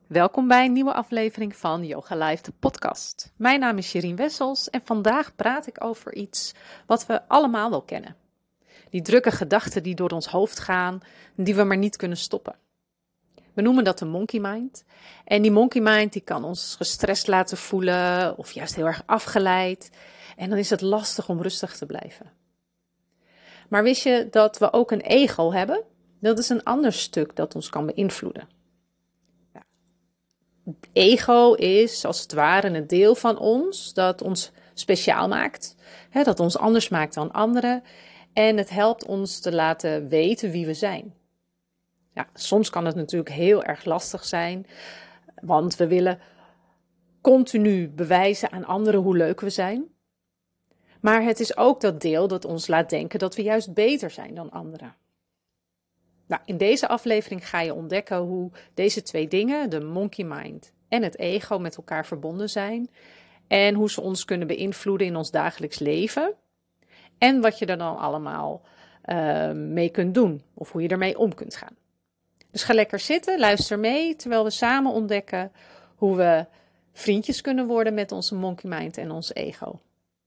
Welkom bij een nieuwe aflevering van Yoga Live, de podcast. Mijn naam is Sherine Wessels en vandaag praat ik over iets wat we allemaal wel kennen. Die drukke gedachten die door ons hoofd gaan en die we maar niet kunnen stoppen. We noemen dat de monkey mind. En die monkey mind die kan ons gestrest laten voelen of juist heel erg afgeleid. En dan is het lastig om rustig te blijven. Maar wist je dat we ook een ego hebben? Dat is een ander stuk dat ons kan beïnvloeden. Ego is als het ware een deel van ons dat ons speciaal maakt, dat ons anders maakt dan anderen en het helpt ons te laten weten wie we zijn. Ja, soms kan het natuurlijk heel erg lastig zijn, want we willen continu bewijzen aan anderen hoe leuk we zijn. Maar het is ook dat deel dat ons laat denken dat we juist beter zijn dan anderen. Nou, in deze aflevering ga je ontdekken hoe deze twee dingen, de monkey mind en het ego, met elkaar verbonden zijn. En hoe ze ons kunnen beïnvloeden in ons dagelijks leven. En wat je er dan allemaal mee kunt doen. Of hoe je ermee om kunt gaan. Dus ga lekker zitten, luister mee, terwijl we samen ontdekken hoe we vriendjes kunnen worden met onze monkey mind en ons ego.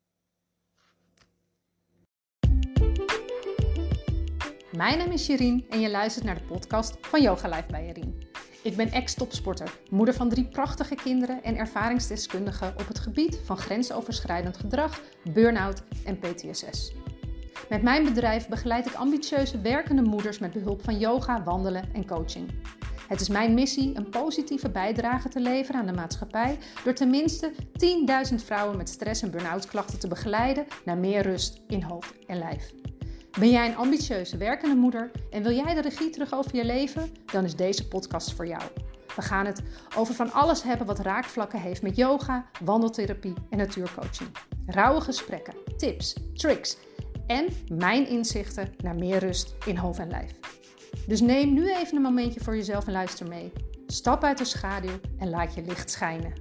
Mijn naam is Sherine en je luistert naar de podcast van Yoga Live bij Sherine. Ik ben ex-topsporter, moeder van 3 prachtige kinderen en ervaringsdeskundige op het gebied van grensoverschrijdend gedrag, burn-out en PTSS. Met mijn bedrijf begeleid ik ambitieuze werkende moeders met behulp van yoga, wandelen en coaching. Het is mijn missie een positieve bijdrage te leveren aan de maatschappij door tenminste 10.000 vrouwen met stress- en burn-out klachten te begeleiden naar meer rust in hoofd en lijf. Ben jij een ambitieuze werkende moeder en wil jij de regie terug over je leven? Dan is deze podcast voor jou. We gaan het over van alles hebben wat raakvlakken heeft met yoga, wandeltherapie en natuurcoaching. Rauwe gesprekken, tips, tricks en mijn inzichten naar meer rust in hoofd en lijf. Dus neem nu even een momentje voor jezelf en luister mee. Stap uit de schaduw en laat je licht schijnen.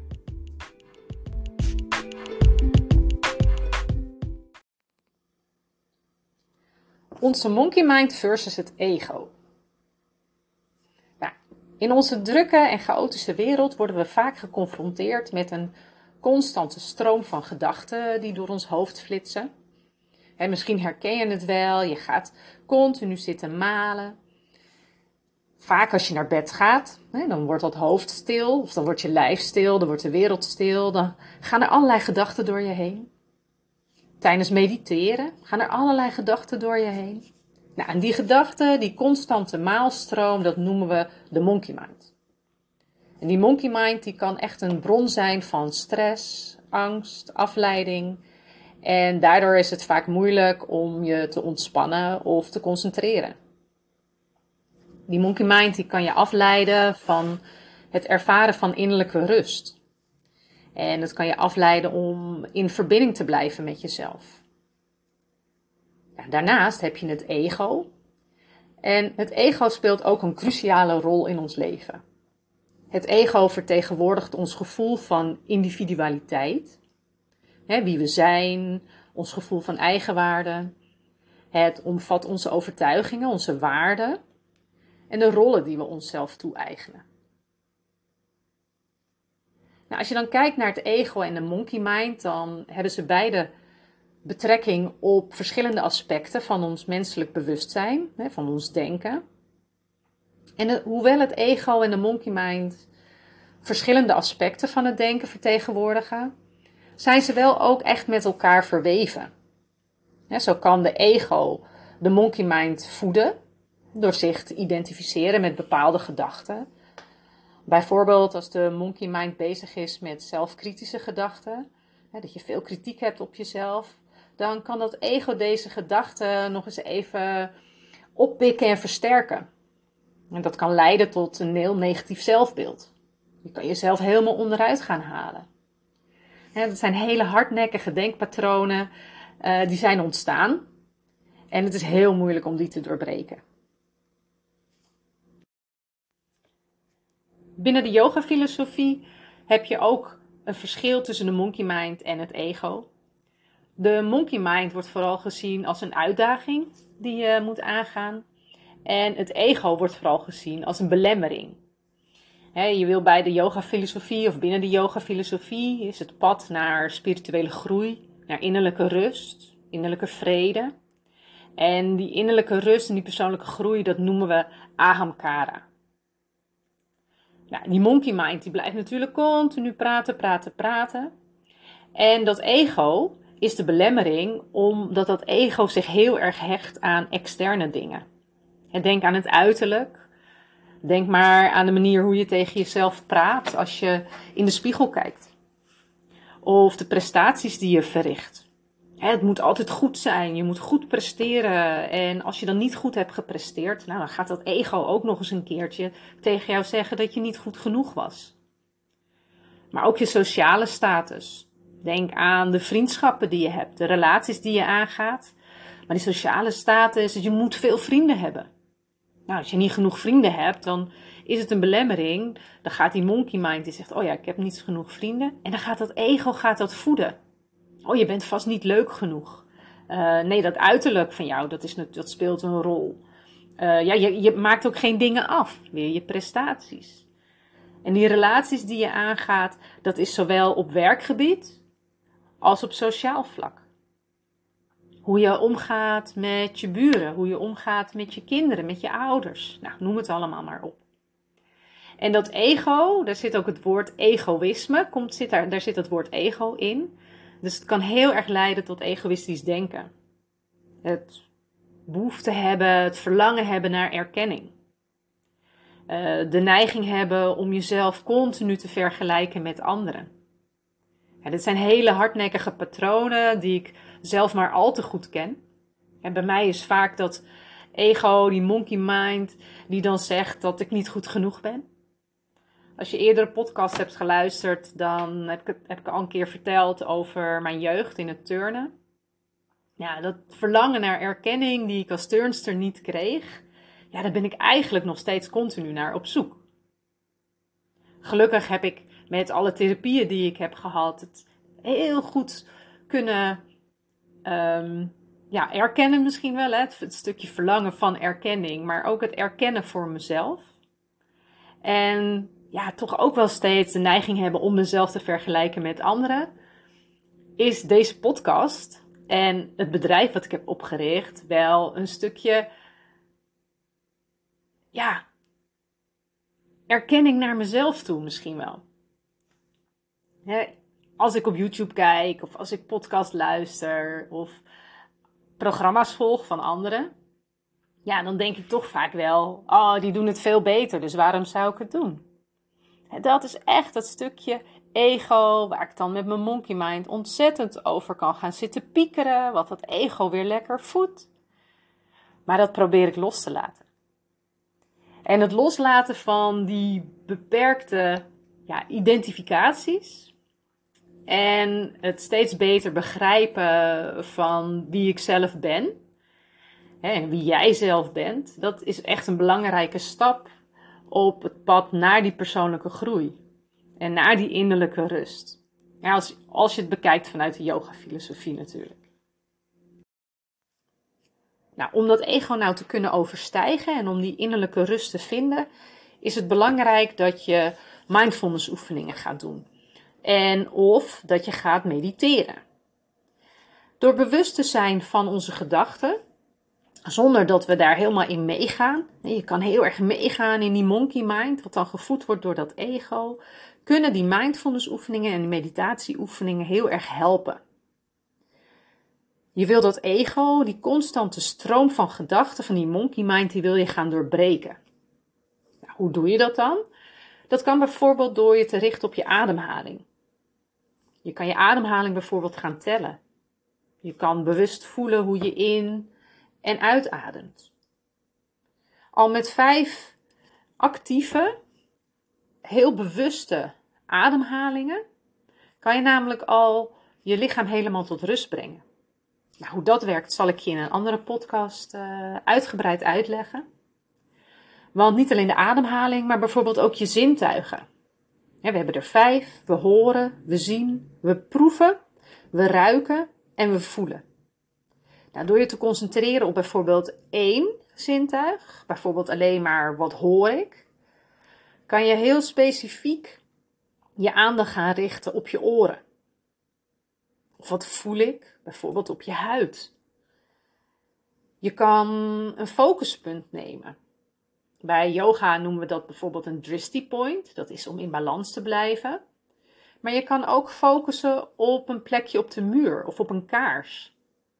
Onze monkey mind versus het ego. Nou, in onze drukke en chaotische wereld worden we vaak geconfronteerd met een constante stroom van gedachten die door ons hoofd flitsen. En misschien herken je het wel, je gaat continu zitten malen. Vaak als je naar bed gaat, dan wordt dat hoofd stil, of dan wordt je lijf stil, dan wordt de wereld stil. Dan gaan er allerlei gedachten door je heen. Tijdens mediteren gaan er allerlei gedachten door je heen. Nou, en die gedachten, die constante maalstroom, dat noemen we de monkey mind. En die monkey mind die kan echt een bron zijn van stress, angst, afleiding. En daardoor is het vaak moeilijk om je te ontspannen of te concentreren. Die monkey mind die kan je afleiden van het ervaren van innerlijke rust. En dat kan je afleiden om in verbinding te blijven met jezelf. Ja, daarnaast heb je het ego. En het ego speelt ook een cruciale rol in ons leven. Het ego vertegenwoordigt ons gevoel van individualiteit. Wie we zijn, ons gevoel van eigenwaarde. Het omvat onze overtuigingen, onze waarden. En de rollen die we onszelf toe-eigenen. Nou, als je dan kijkt naar het ego en de monkey mind, dan hebben ze beide betrekking op verschillende aspecten van ons menselijk bewustzijn, van ons denken. En hoewel het ego en de monkey mind verschillende aspecten van het denken vertegenwoordigen, zijn ze wel ook echt met elkaar verweven. Zo kan de ego de monkey mind voeden door zich te identificeren met bepaalde gedachten. Bijvoorbeeld als de monkey mind bezig is met zelfkritische gedachten, dat je veel kritiek hebt op jezelf, dan kan dat ego deze gedachten nog eens even oppikken en versterken. En dat kan leiden tot een heel negatief zelfbeeld. Je kan jezelf helemaal onderuit gaan halen. Dat zijn hele hardnekkige denkpatronen die zijn ontstaan. En het is heel moeilijk om die te doorbreken. Binnen de yoga-filosofie heb je ook een verschil tussen de monkey mind en het ego. De monkey mind wordt vooral gezien als een uitdaging die je moet aangaan. En het ego wordt vooral gezien als een belemmering. Je wil bij de yoga-filosofie of binnen de yoga-filosofie is het pad naar spirituele groei, naar innerlijke rust, innerlijke vrede. En die innerlijke rust en die persoonlijke groei, dat noemen we ahamkara. Nou, die monkey mind die blijft natuurlijk continu praten. En dat ego is de belemmering, omdat dat ego zich heel erg hecht aan externe dingen. Denk aan het uiterlijk. Denk maar aan de manier hoe je tegen jezelf praat als je in de spiegel kijkt. Of de prestaties die je verricht. Het moet altijd goed zijn, je moet goed presteren. En als je dan niet goed hebt gepresteerd, nou, dan gaat dat ego ook nog eens een keertje tegen jou zeggen dat je niet goed genoeg was. Maar ook je sociale status. Denk aan de vriendschappen die je hebt, de relaties die je aangaat. Maar die sociale status, je moet veel vrienden hebben. Nou, als je niet genoeg vrienden hebt, dan is het een belemmering. Dan gaat die monkey mind die zegt, oh ja, ik heb niet genoeg vrienden. En dan gaat dat ego dat voeden. Oh, je bent vast niet leuk genoeg. Nee, dat uiterlijk van jou, dat speelt een rol. Je maakt ook geen dingen af, weer je prestaties. En die relaties die je aangaat, dat is zowel op werkgebied als op sociaal vlak. Hoe je omgaat met je buren, hoe je omgaat met je kinderen, met je ouders. Nou, noem het allemaal maar op. En dat ego, daar zit ook het woord egoïsme, daar zit het woord ego in. Dus het kan heel erg leiden tot egoïstisch denken. Het behoefte hebben, het verlangen hebben naar erkenning. De neiging hebben om jezelf continu te vergelijken met anderen. Ja, dit zijn hele hardnekkige patronen die ik zelf maar al te goed ken. En bij mij is vaak dat ego, die monkey mind, die dan zegt dat ik niet goed genoeg ben. Als je eerdere podcast hebt geluisterd, dan heb ik al een keer verteld over mijn jeugd in het turnen. Ja, dat verlangen naar erkenning die ik als turnster niet kreeg, ja, daar ben ik eigenlijk nog steeds continu naar op zoek. Gelukkig heb ik met alle therapieën die ik heb gehad, het heel goed kunnen erkennen misschien wel. Hè? Het stukje verlangen van erkenning, maar ook het erkennen voor mezelf. En ja, toch ook wel steeds de neiging hebben om mezelf te vergelijken met anderen, is deze podcast en het bedrijf wat ik heb opgericht wel een stukje, ja, erkenning naar mezelf toe misschien wel. Als ik op YouTube kijk of als ik podcast luister of programma's volg van anderen, ja, dan denk ik toch vaak wel, oh, die doen het veel beter, dus waarom zou ik het doen? Dat is echt dat stukje ego, waar ik dan met mijn monkey mind ontzettend over kan gaan zitten piekeren, wat dat ego weer lekker voedt. Maar dat probeer ik los te laten. En het loslaten van die beperkte identificaties en het steeds beter begrijpen van wie ik zelf ben en wie jij zelf bent, dat is echt een belangrijke stap op het pad naar die persoonlijke groei en naar die innerlijke rust. Ja, als je het bekijkt vanuit de yoga-filosofie natuurlijk. Nou, om dat ego nou te kunnen overstijgen en om die innerlijke rust te vinden, is het belangrijk dat je mindfulness oefeningen gaat doen. En of dat je gaat mediteren. Door bewust te zijn van onze gedachten, zonder dat we daar helemaal in meegaan. Je kan heel erg meegaan in die monkey mind, wat dan gevoed wordt door dat ego. Kunnen die mindfulness oefeningen en die meditatie oefeningen heel erg helpen. Je wil dat ego, die constante stroom van gedachten van die monkey mind, die wil je gaan doorbreken. Nou, hoe doe je dat dan? Dat kan bijvoorbeeld door je te richten op je ademhaling. Je kan je ademhaling bijvoorbeeld gaan tellen. Je kan bewust voelen hoe je in- en uitademt. Al met 5 actieve, heel bewuste ademhalingen kan je namelijk al je lichaam helemaal tot rust brengen. Nou, hoe dat werkt zal ik je in een andere podcast uitgebreid uitleggen. Want niet alleen de ademhaling, maar bijvoorbeeld ook je zintuigen. Ja, we hebben er 5. We horen, we zien, we proeven, we ruiken en we voelen. Nou, door je te concentreren op bijvoorbeeld 1 zintuig, bijvoorbeeld alleen maar wat hoor ik, kan je heel specifiek je aandacht gaan richten op je oren. Of wat voel ik? Bijvoorbeeld op je huid. Je kan een focuspunt nemen. Bij yoga noemen we dat bijvoorbeeld een drishti point. Dat is om in balans te blijven. Maar je kan ook focussen op een plekje op de muur of op een kaars.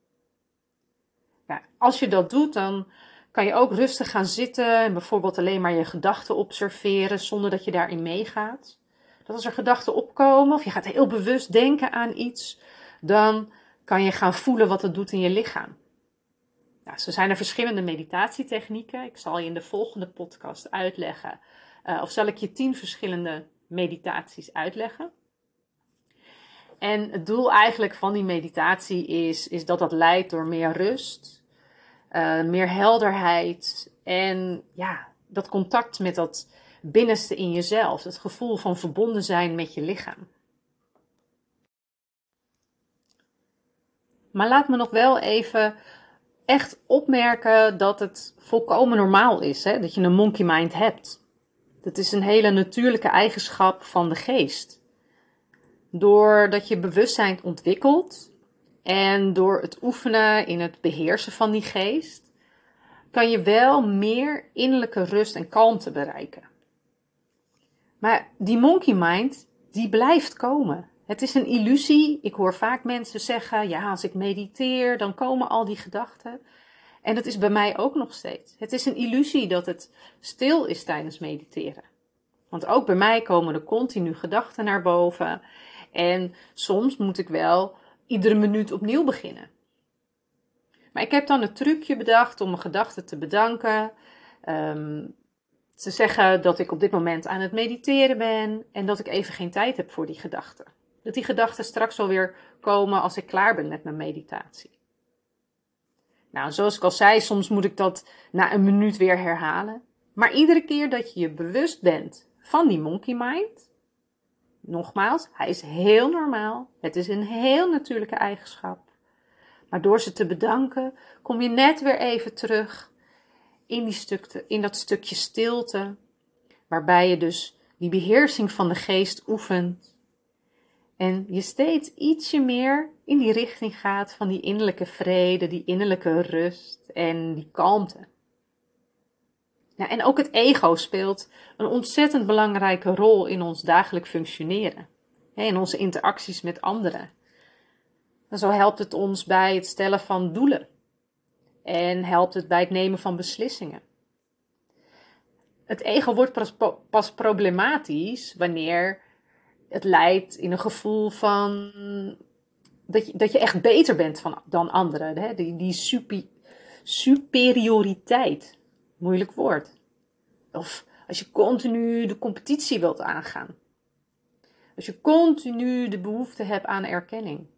Ja, als je dat doet, dan kan je ook rustig gaan zitten en bijvoorbeeld alleen maar je gedachten observeren zonder dat je daarin meegaat. Dat als er gedachten opkomen of je gaat heel bewust denken aan iets, dan kan je gaan voelen wat het doet in je lichaam. Nou, zo zijn er verschillende meditatietechnieken. Ik zal je in de volgende podcast uitleggen. Of zal ik je 10 verschillende meditaties uitleggen. En het doel eigenlijk van die meditatie is dat dat leidt door meer rust, meer helderheid en ja, dat contact met dat binnenste in jezelf. Het gevoel van verbonden zijn met je lichaam. Maar laat me nog wel even echt opmerken dat het volkomen normaal is, hè, dat je een monkey mind hebt. Dat is een hele natuurlijke eigenschap van de geest. Doordat je bewustzijn ontwikkelt en door het oefenen in het beheersen van die geest, kan je wel meer innerlijke rust en kalmte bereiken. Maar die monkey mind, die blijft komen. Het is een illusie. Ik hoor vaak mensen zeggen, ja, als ik mediteer, dan komen al die gedachten. En dat is bij mij ook nog steeds. Het is een illusie dat het stil is tijdens mediteren. Want ook bij mij komen er continu gedachten naar boven. En soms moet ik wel iedere minuut opnieuw beginnen. Maar ik heb dan een trucje bedacht om mijn gedachten te bedanken. Te zeggen dat ik op dit moment aan het mediteren ben. En dat ik even geen tijd heb voor die gedachten. Dat die gedachten straks alweer komen als ik klaar ben met mijn meditatie. Nou, zoals ik al zei, soms moet ik dat na een minuut weer herhalen. Maar iedere keer dat je je bewust bent van die monkey mind, nogmaals, hij is heel normaal. Het is een heel natuurlijke eigenschap. Maar door ze te bedanken, kom je net weer even terug in dat stukje stilte, waarbij je dus die beheersing van de geest oefent. En je steeds ietsje meer in die richting gaat van die innerlijke vrede, die innerlijke rust en die kalmte. Nou, en ook het ego speelt een ontzettend belangrijke rol in ons dagelijks functioneren. In onze interacties met anderen. En zo helpt het ons bij het stellen van doelen. En helpt het bij het nemen van beslissingen. Het ego wordt pas problematisch wanneer het leidt in een gevoel van dat je echt beter bent dan anderen. Hè? Die superioriteit. Moeilijk woord. Of als je continu de competitie wilt aangaan. Als je continu de behoefte hebt aan erkenning.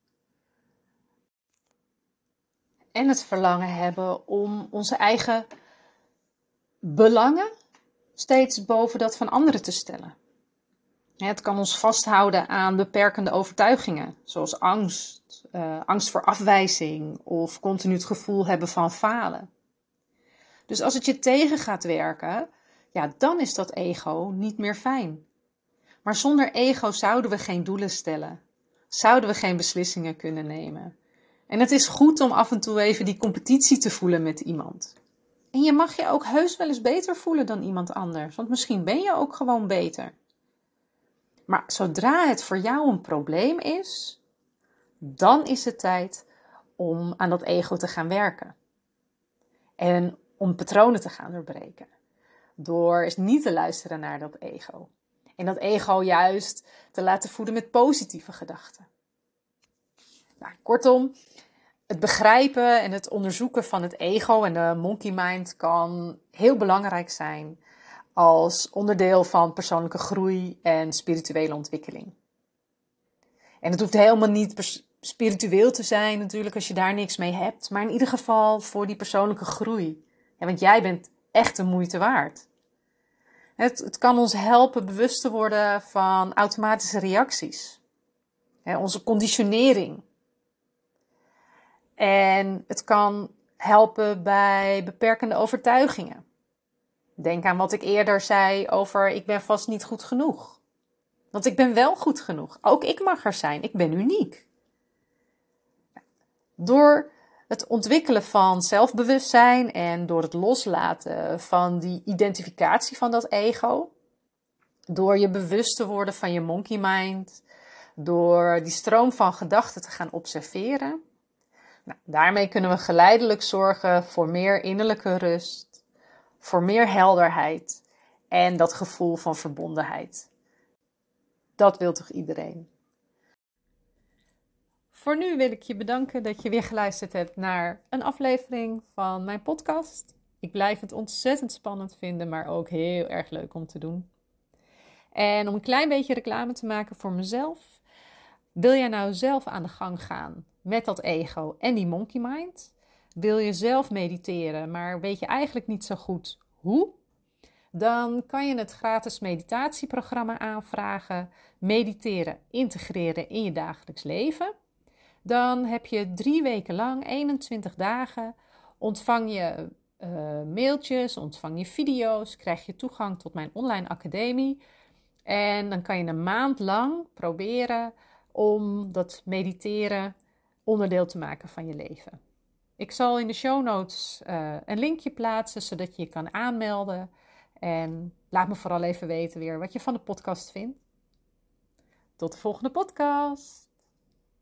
En het verlangen hebben om onze eigen belangen steeds boven dat van anderen te stellen. Het kan ons vasthouden aan beperkende overtuigingen, zoals angst, angst voor afwijzing of continu het gevoel hebben van falen. Dus als het je tegen gaat werken, ja, dan is dat ego niet meer fijn. Maar zonder ego zouden we geen doelen stellen, zouden we geen beslissingen kunnen nemen. En het is goed om af en toe even die competitie te voelen met iemand. En je mag je ook heus wel eens beter voelen dan iemand anders, want misschien ben je ook gewoon beter. Maar zodra het voor jou een probleem is, dan is het tijd om aan dat ego te gaan werken. En om patronen te gaan doorbreken. Door eens niet te luisteren naar dat ego. En dat ego juist te laten voeden met positieve gedachten. Nou, kortom, het begrijpen en het onderzoeken van het ego en de monkey mind kan heel belangrijk zijn als onderdeel van persoonlijke groei en spirituele ontwikkeling. En het hoeft helemaal niet spiritueel te zijn natuurlijk als je daar niks mee hebt, maar in ieder geval voor die persoonlijke groei. Ja, want jij bent echt de moeite waard. Het kan ons helpen bewust te worden van automatische reacties. Onze conditionering. En het kan helpen bij beperkende overtuigingen. Denk aan wat ik eerder zei over ik ben vast niet goed genoeg. Want ik ben wel goed genoeg. Ook ik mag er zijn. Ik ben uniek. Door het ontwikkelen van zelfbewustzijn en door het loslaten van die identificatie van dat ego, door je bewust te worden van je monkey mind, door die stroom van gedachten te gaan observeren, daarmee kunnen we geleidelijk zorgen voor meer innerlijke rust, voor meer helderheid en dat gevoel van verbondenheid. Dat wil toch iedereen? Voor nu wil ik je bedanken dat je weer geluisterd hebt naar een aflevering van mijn podcast. Ik blijf het ontzettend spannend vinden, maar ook heel erg leuk om te doen. En om een klein beetje reclame te maken voor mezelf, wil jij nou zelf aan de gang gaan met dat ego en die monkey mind? Wil je zelf mediteren, maar weet je eigenlijk niet zo goed hoe? Dan kan je het gratis meditatieprogramma aanvragen, Mediteren integreren in je dagelijks leven. Dan heb je 3 weken lang, 21 dagen, ontvang je mailtjes, ontvang je video's, krijg je toegang tot mijn online academie. En dan kan je een maand lang proberen om dat mediteren onderdeel te maken van je leven. Ik zal in de show notes een linkje plaatsen, zodat je je kan aanmelden. En laat me vooral even weten weer wat je van de podcast vindt. Tot de volgende podcast!